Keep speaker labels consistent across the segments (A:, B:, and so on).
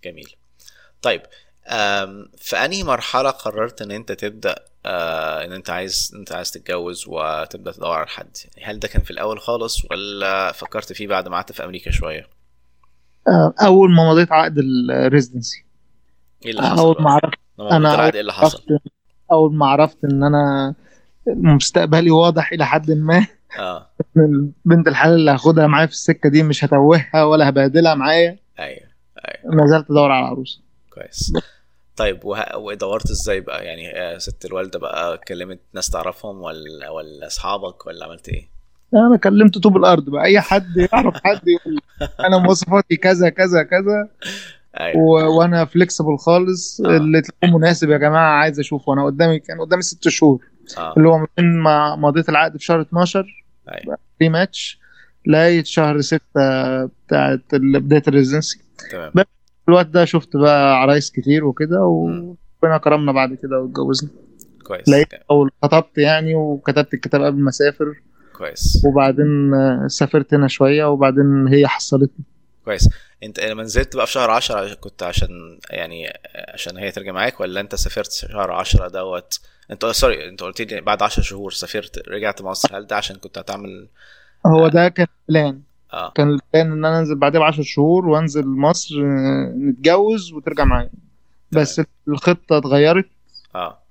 A: جميل. طيب في أنهي مرحلة قررت ان انت تبدأ ان انت عايز تتجوز وتبدأ تدور على حد؟ هل ده كان في الاول خالص ولا فكرت فيه بعد ما قعدت في امريكا شوية؟
B: اول ما مضيت عقد الريزدنسي.
A: ايه اللي حصل
B: اول ما
A: بقى
B: عرفت
A: لما مضيت
B: انا
A: العقد؟ ايه اللي حصل؟
B: عرفت اول ما عرفت ان انا مستقبلي واضح الى حد ما.
A: اه.
B: بنت الحلال اللي هاخدها معايا في السكه دي مش هتوهها ولا هبهدلها معايا.
A: ايوه. ايوه.
B: نزلت ادور على عروسه.
A: كويس. طيب ودورت ازاي بقى يعني؟ ست الوالدة بقى كلمت ناس تعرفهم ولا اصحابك ولا عملت ايه؟
B: انا كلمت طوب الارض بقى، اي حد يعرف حد يقول لي انا مواصفاتي كذا كذا كذا.
A: ايوه.
B: وانا فليكسبل خالص،
A: اه.
B: اللي تلاقوه مناسب يا جماعه عايز اشوفه. انا كان قدامي 6 شهور،
A: اه.
B: اللي هو من ما مضيت العقد في شهر 12
A: ايوه.
B: بري ماتش لغايه شهر 6 بتاعت بدايه الريزنسي.
A: تمام.
B: بس في الوقت ده شفت بقى عرايس كتير وكده،
A: امم.
B: وربنا كرمنا بعد كده واتجوزنا.
A: كويس.
B: لقيت اول خطبت يعني، وكتبت الكتاب قبل ما اسافر.
A: كويس.
B: وبعدين سافرت هنا شويه، وبعدين هي حصلتني.
A: كويس. انت لما نزلت بقى في شهر 10 كنت عشان يعني عشان هي ترجع معاك، ولا انت سافرت شهر 10 دوت؟ انت سوري، انت قلت لي بعد 10 شهور سافرت رجعت مصر، هل ده عشان كنت هتعمل؟
B: هو
A: اه.
B: ده كان البلان.
A: اه.
B: كان البلان ان انا انزل بعدها ب10 شهور وانزل مصر، نتجوز وترجع معايا.
A: تمام.
B: بس الخطة اتغيرت
A: اه.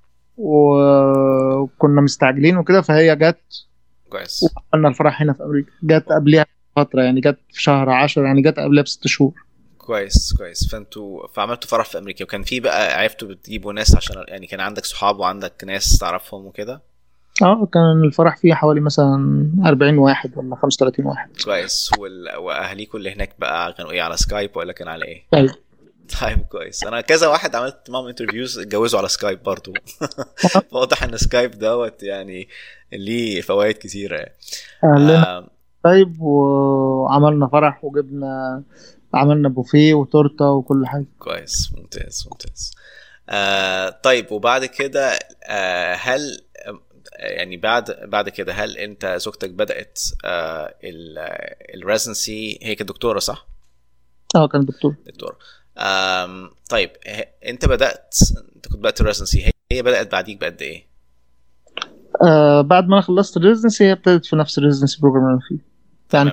B: وكنا مستعجلين وكده، فهي جت.
A: كويس.
B: وعملنا الفرح هنا في أمريكا، جت قبلها فترة يعني، جت في شهر 10 يعني، جت قبلها ب6 شهور.
A: كويس. كويس. فعملتوا فرح في امريكا، وكان في بقى عرفتوا بتجيبوا ناس عشان يعني كان عندك صحاب وعندك ناس تعرفهم وكده؟
B: اه، كان الفرح فيه حوالي مثلا 40 واحد ولا 35 واحد.
A: كويس. واهاليكوا اللي هناك بقى كانوا ايه، على سكايب ولا كان على ايه؟
B: طيب.
A: طيب كويس. انا كذا واحد عملت معاهم انترفيوز اتجوزوا على سكايب برضو. واضح ان سكايب دوت يعني ليه فوائد كتيرة يعني.
B: أهلنا.
A: آم،
B: طيب، وعملنا فرح وجبنا، عملنا بوفيه وتورته وكل حاجة.
A: كويس. ممتاز. ممتاز. طيب وبعد كده هل يعني بعد كده هل انت زوجتك بدأت الريزنسي؟ هي كانت دكتورة صح؟
B: اه، كان دكتور.
A: دكتورة. طيب انت كنت بدأت الريزنسي، هي بدأت بعديك بقد ايه؟
B: بعد ما انا خلصت الريزنسي هي ابتدت في نفس الريزنسي بروجرام اللي انا فيه. يعني
A: تمام.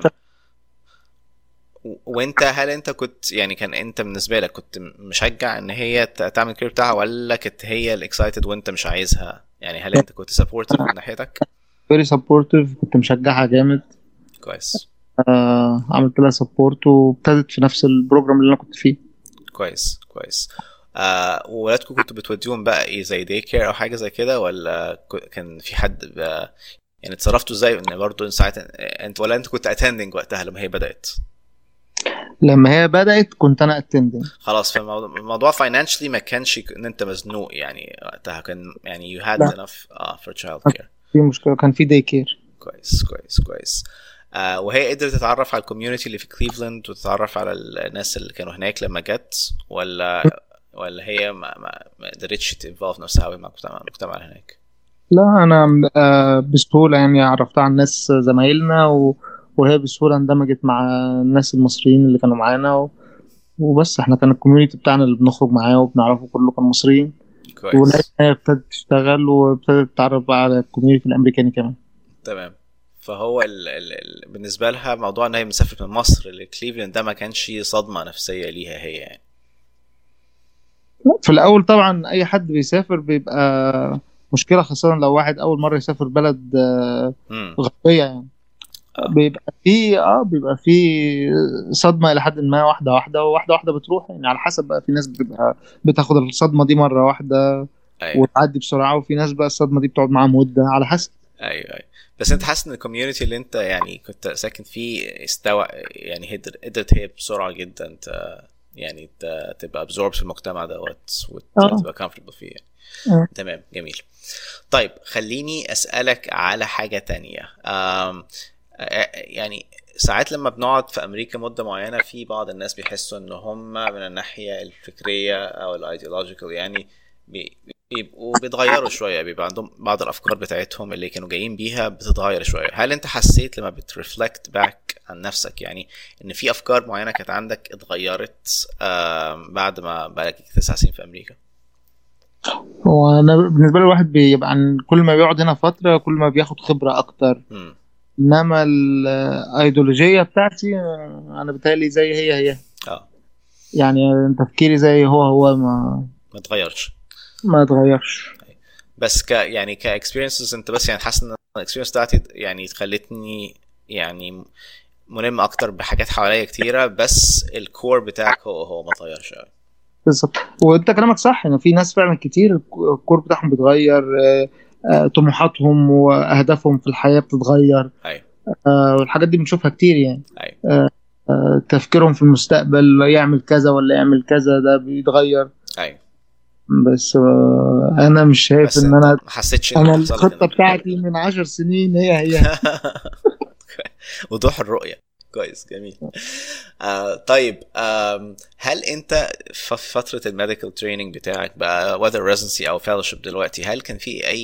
A: وانت هل انت كنت يعني كان انت بالنسبه لك كنت مشجع ان هي تعمل الكارير بتاعها، ولا كانت هي الاكسايتد وانت مش عايزها؟ يعني هل انت كنت سبورتيف من ناحيتك؟
B: فيري سبورتيف، كنت مشجعها جامد.
A: كويس.
B: عملت لها سبورت وابتدت في نفس البروجرام اللي انا كنت فيه.
A: كويس. كويس. وولادكم كنتوا بتوديهم بقى ايه، زي داي كير او حاجه زي كده، ولا كان في حد بقى يعني اتصرفتوا ازاي ان برضه ساعتها انت، ولا انت كنت اتندنج وقتها لما هي بدات؟
B: لما هي بدأت كنت انا اتندنج.
A: خلاص. فالموضوع financially ما كانش ان انت مزنوق يعني وقتها، كان يعني you had
B: لا،
A: enough for child care.
B: في مشكلة، كان في داي كير.
A: كويس. كويس. كويس. وهي قدرت تتعرف على الكوميونتي اللي في كليفلاند وتتعرف على الناس اللي كانوا هناك لما جت، ولا هي ما قدرتش تنفولف نفسها قوي مع المجتمع اللي هناك؟
B: لا، انا بسهولة يعني عرفتها عن ناس زمايلنا، وهي بسهولة اندمجت مع الناس المصريين اللي كانوا معانا، وبس احنا كان الكوميونتي بتاعنا اللي بنخرج معاه وبنعرفه كله كان مصريين. ولقيت
A: كويس.
B: إن هي ابتدت تشتغل وابتدت تتعرف بقى على الكوميونتي الامريكاني كمان.
A: تمام. فهو بالنسبة لها موضوع ان هي مسافرة من مصر لكليفلاند ده ما كانش صدمة نفسية ليها هي يعني؟
B: في الأول طبعا أي حد بيسافر بيبقى مشكلة، خاصة لو واحد أول مرة يسافر بلد
A: امم.
B: غربية يعني.
A: اه.
B: بيبقى فيه صدمة إلى حد ما، واحدة واحدة وواحدة واحدة بتروح يعني، على حسب بقى. في ناس بتبقى بتاخد الصدمة دي مرة واحدة
A: ايوه.
B: وتعدي بسرعة، وفي ناس بقى الصدمة دي بتقعد معاها مدة، على حسب.
A: ايوه. ايوه. بس انت حاسس ان الكوميونتي اللي انت يعني كنت ساكن فيه استوى يعني، قدرت هي بسرعة جدا يعني تبقى absorbed في المجتمع دوت
B: اه.
A: وتبقى comfortable فيه يعني؟
B: آه.
A: تمام. جميل. طيب خليني أسألك على حاجة تانية. يعني ساعات لما بنقعد في أمريكا مدة معينة، في بعض الناس بيحسوا إن هم من الناحية الفكرية أو الايديولوجيكال يعني بيبقوا بيتغيروا شوية، بيبقى عندهم بعض الأفكار بتاعتهم اللي كانوا جايين بيها بتتغير شوية. هل أنت حسيت لما بترفلكت باك عن نفسك يعني إن في أفكار معينة كانت عندك اتغيرت بعد ما بقالك 9 سنين في أمريكا؟
B: وانا بالنسبه لي الواحد بيبقى عن كل ما بيقعد هنا فتره كل ما بياخد خبره اكتر.
A: مم.
B: انما الايديولوجيه بتاعتي انا بتهيألي زي هي
A: اه،
B: يعني تفكيري زي هو
A: ما اتغيرش.
B: ما اتغيرش.
A: بس يعني كاكسبيرينسز انت بس يعني حاسس ان الاكسبيرينس بتاعتي يعني خلتني يعني ملم اكتر بحاجات حواليا كتيره، بس الكور بتاعك هو ما اتغيرش قوي.
B: بالظبط. وانت كلامك صح ان في ناس فعلا كتير الكور بتاعهم بيتغير، طموحاتهم واهدافهم في الحياه بتتغير.
A: ايوه
B: والحاجات دي بنشوفها كتير يعني.
A: ايوه
B: تفكيرهم في المستقبل يعمل كذا ولا يعمل كذا ده بيتغير.
A: ايوه.
B: بس انا مش شايف
A: بس
B: ان
A: انت
B: انا
A: ما حسيتش ان
B: انا
A: حصل لك
B: الخطه بتاعتي من 10 سنين هي.
A: وضوح الرؤيه. كويس، جميل. طيب، هل انت في فتره الميديكال تريننج بتاعك بقى whether residency او fellowship دلوقتي، هل كان في اي